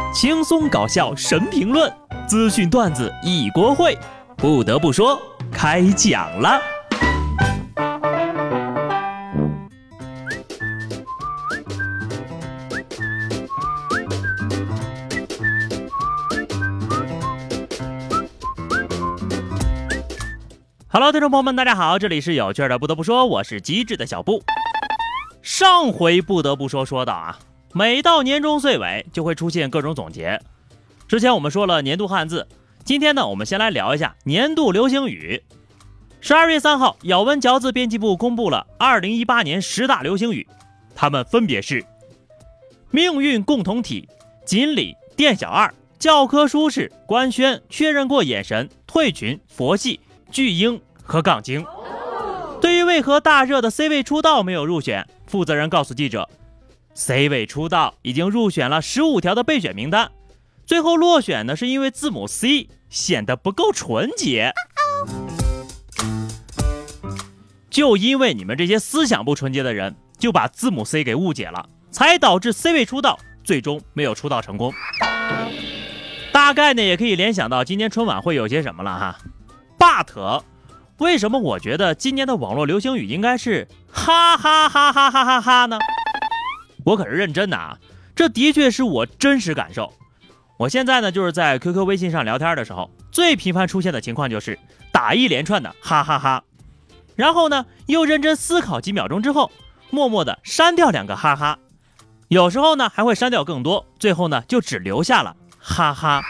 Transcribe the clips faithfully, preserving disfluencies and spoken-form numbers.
轻松搞笑神评论，资讯段子一锅烩。不得不说，开讲了。Hello， 听众朋友们，大家好，这里是有趣的。不得不说，我是机智的小布。上回不得不说说到啊，每到年终岁尾就会出现各种总结。之前我们说了年度汉字，今天呢，我们先来聊一下年度流行语。十二月三号，咬文嚼字编辑部公布了二零一八年十大流行语，它们分别是：命运共同体、锦鲤、店小二、教科书式、官宣、确认过眼神、退群、佛系、巨婴和杠精。对于为何大热的 C 位出道没有入选，负责人告诉记者， C 位出道已经入选了十五条的备选名单，最后落选呢是因为字母 C 显得不够纯洁。就因为你们这些思想不纯洁的人，就把字母 C 给误解了，才导致 C 位出道最终没有出道成功。大概呢也可以联想到今年春晚会有些什么了哈。but 为什么我觉得今年的网络流行语应该是哈哈哈哈哈哈哈呢？我可是认真的啊，这的确是我真实感受。我现在呢就是在 Q Q 微信上聊天的时候，最频繁出现的情况就是打一连串的哈哈哈，然后呢又认真思考几秒钟之后，默默的删掉两个哈哈，有时候呢还会删掉更多，最后呢就只留下了哈哈。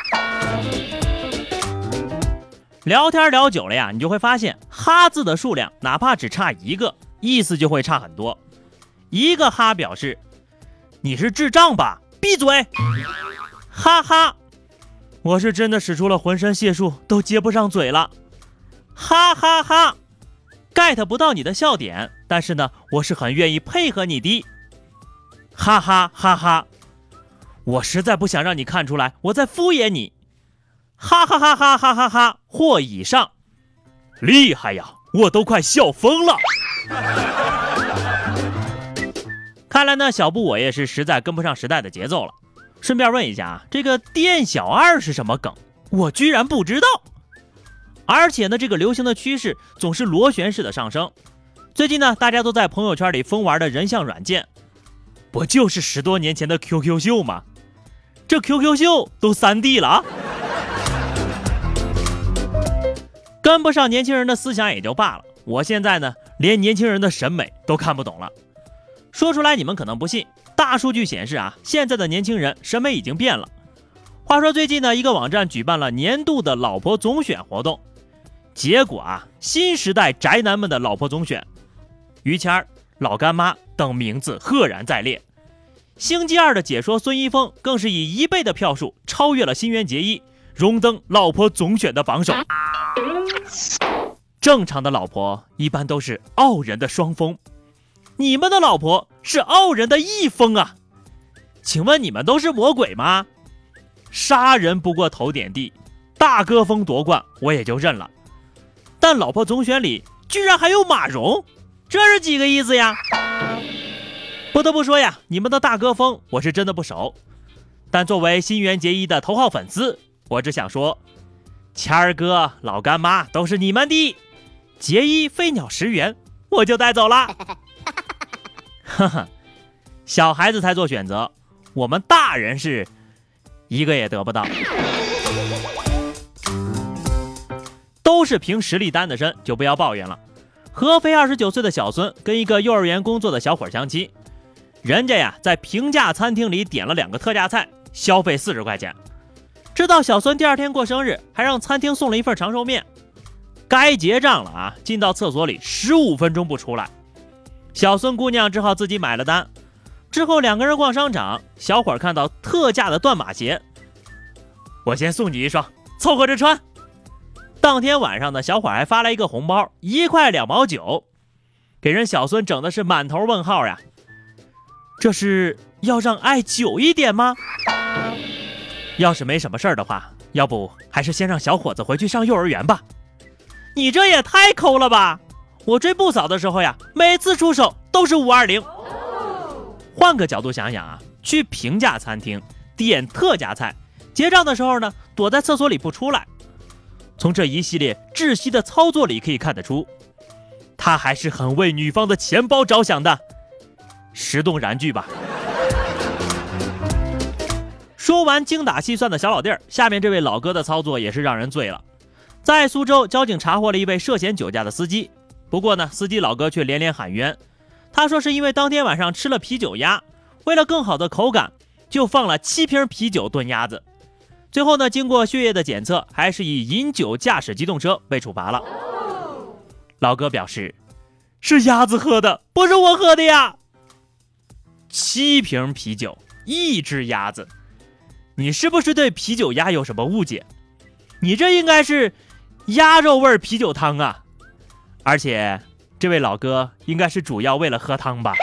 聊天聊久了呀，你就会发现哈字的数量哪怕只差一个，意思就会差很多。一个哈表示你是智障吧，闭嘴，哈哈，我是真的使出了浑身解数都接不上嘴了，哈哈哈 get 不到你的笑点，但是呢我是很愿意配合你的，哈哈哈哈，我实在不想让你看出来我在敷衍你，哈哈哈哈哈哈哈或以上，厉害呀，我都快笑疯了。看来呢，小布我也是实在跟不上时代的节奏了。顺便问一下啊，这个店小二是什么梗？我居然不知道。而且呢，这个流行的趋势总是螺旋式的上升。最近呢，大家都在朋友圈里疯玩的人像软件，不就是十多年前的 Q Q 秀吗？这 Q Q 秀都 三 D 了啊！跟不上年轻人的思想也就罢了，我现在呢，连年轻人的审美都看不懂了。说出来你们可能不信，大数据显示啊，现在的年轻人审美已经变了。话说最近呢，一个网站举办了年度的老婆总选活动，结果啊，新时代宅男们的老婆总选，于谦儿、老干妈等名字赫然在列。星期二的解说孙一峰更是以一倍的票数超越了新垣结衣，荣登老婆总选的榜首。正常的老婆一般都是傲人的双峰，你们的老婆是傲人的一峰啊！请问你们都是魔鬼吗？杀人不过头点地，大哥峰夺冠我也就认了，但老婆总选里居然还有马蓉，这是几个意思呀？不得不说呀，你们的大哥峰我是真的不熟，但作为新垣结衣的头号粉丝，我只想说，谦儿哥、老干妈都是你们的，结衣飞鸟十元我就带走了。呵呵，小孩子才做选择，我们大人是一个也得不到。都是凭实力单的身，就不要抱怨了。合肥二十九岁的小孙跟一个幼儿园工作的小伙相亲，人家呀在平价餐厅里点了两个特价菜，消费四十块钱。直到小孙第二天过生日，还让餐厅送了一份长寿面。该结账了啊，进到厕所里十五分钟不出来，小孙姑娘只好自己买了单。之后两个人逛商场，小伙看到特价的断码鞋，我先送你一双，凑合着穿。当天晚上呢，小伙还发来一个红包，一块两毛九，给人小孙整的是满头问号呀。这是要让爱久一点吗？要是没什么事儿的话，要不还是先让小伙子回去上幼儿园吧。你这也太抠了吧！我追不嫂的时候呀，每次出手都是五二零。换个角度想想啊，去平价餐厅点特价菜，结账的时候呢，躲在厕所里不出来。从这一系列窒息的操作里可以看得出，他还是很为女方的钱包着想的。实动燃具吧。说完精打细算的小老弟儿，下面这位老哥的操作也是让人醉了。在苏州，交警查获了一位涉嫌酒驾的司机，不过呢，司机老哥却连连喊冤。他说是因为当天晚上吃了啤酒鸭，为了更好的口感，就放了七瓶啤酒炖鸭子。最后呢，经过血液的检测，还是以饮酒驾驶机动车被处罚了。老哥表示，是鸭子喝的，不是我喝的呀。七瓶啤酒，一只鸭子，你是不是对啤酒鸭有什么误解？你这应该是鸭肉味啤酒汤啊！而且这位老哥应该是主要为了喝汤吧。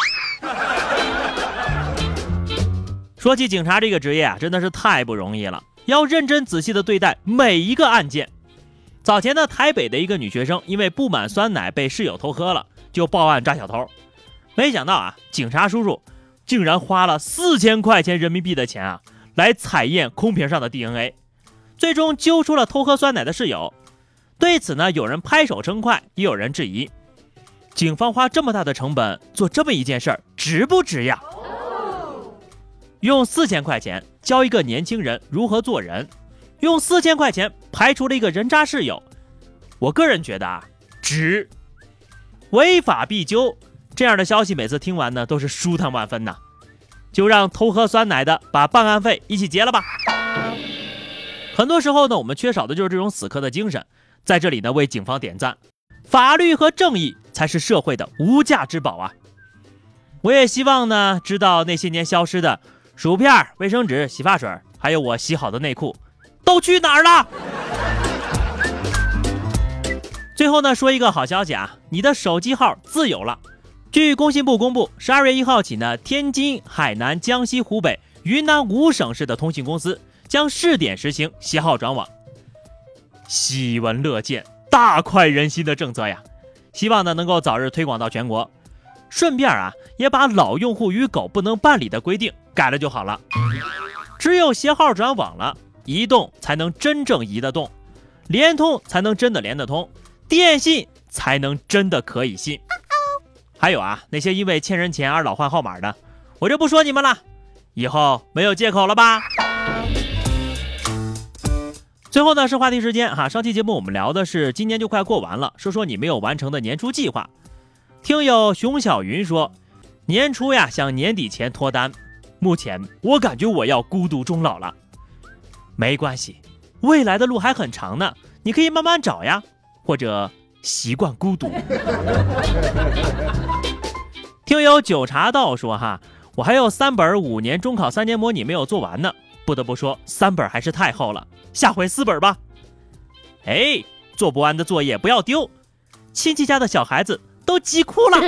说起警察这个职业啊，真的是太不容易了，要认真仔细的对待每一个案件。早前呢，台北的一个女学生因为不满酸奶被室友偷喝了，就报案抓小偷。没想到啊，警察叔叔竟然花了四千块钱人民币的钱啊，来采验空瓶上的 D N A， 最终揪出了偷喝酸奶的室友。对此呢，有人拍手称快，也有人质疑，警方花这么大的成本做这么一件事儿，值不值呀？用四千块钱教一个年轻人如何做人，用四千块钱排除了一个人渣室友，我个人觉得啊，值。违法必究，这样的消息每次听完呢，都是舒坦万分呐。就让偷喝酸奶的把办案费一起结了吧。很多时候呢，我们缺少的就是这种死磕的精神，在这里呢，为警方点赞。法律和正义才是社会的无价之宝啊！我也希望呢，知道那些年消失的薯片、卫生纸、洗发水，还有我洗好的内裤，都去哪儿了？最后呢，说一个好消息啊，你的手机号自由了。据工信部公布，十二月一号起呢，天津、海南、江西、湖北、云南五省市的通信公司将试点实行携号转网。喜闻乐见，大快人心的政策呀！希望呢能够早日推广到全国。顺便啊，也把老用户与狗不能办理的规定改了就好了。只有携号转网了，移动才能真正移得动，联通才能真的连得通，电信才能真的可以信。还有啊，那些因为欠人钱而老换号码的，我就不说你们了，以后没有借口了吧？最后呢是话题时间哈，上期节目我们聊的是今年就快过完了，说说你没有完成的年初计划。听友熊小云说，年初呀想年底前脱单，目前我感觉我要孤独终老了。没关系，未来的路还很长呢，你可以慢慢找呀，或者习惯孤独。听友九茶道说哈，我还有三本五年中考三年模拟没有做完呢，不得不说三本还是太厚了，下回四本吧。哎，做不完的作业不要丢，亲戚家的小孩子都急哭了。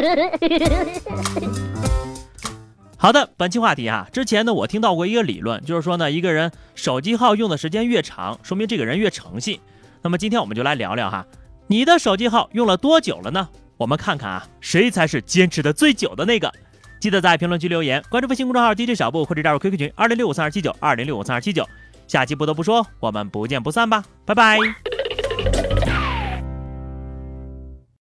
好的，本期话题啊，之前呢我听到过一个理论，就是说呢，一个人手机号用的时间越长，说明这个人越诚信。那么今天我们就来聊聊哈，你的手机号用了多久了呢？我们看看啊，谁才是坚持的最久的那个。记得在评论区留言，关注微信公众号 D J 小布，或者加入 Q Q 群二零六五三二七九二零六五三二七九。下期不得不说，我们不见不散吧，拜拜。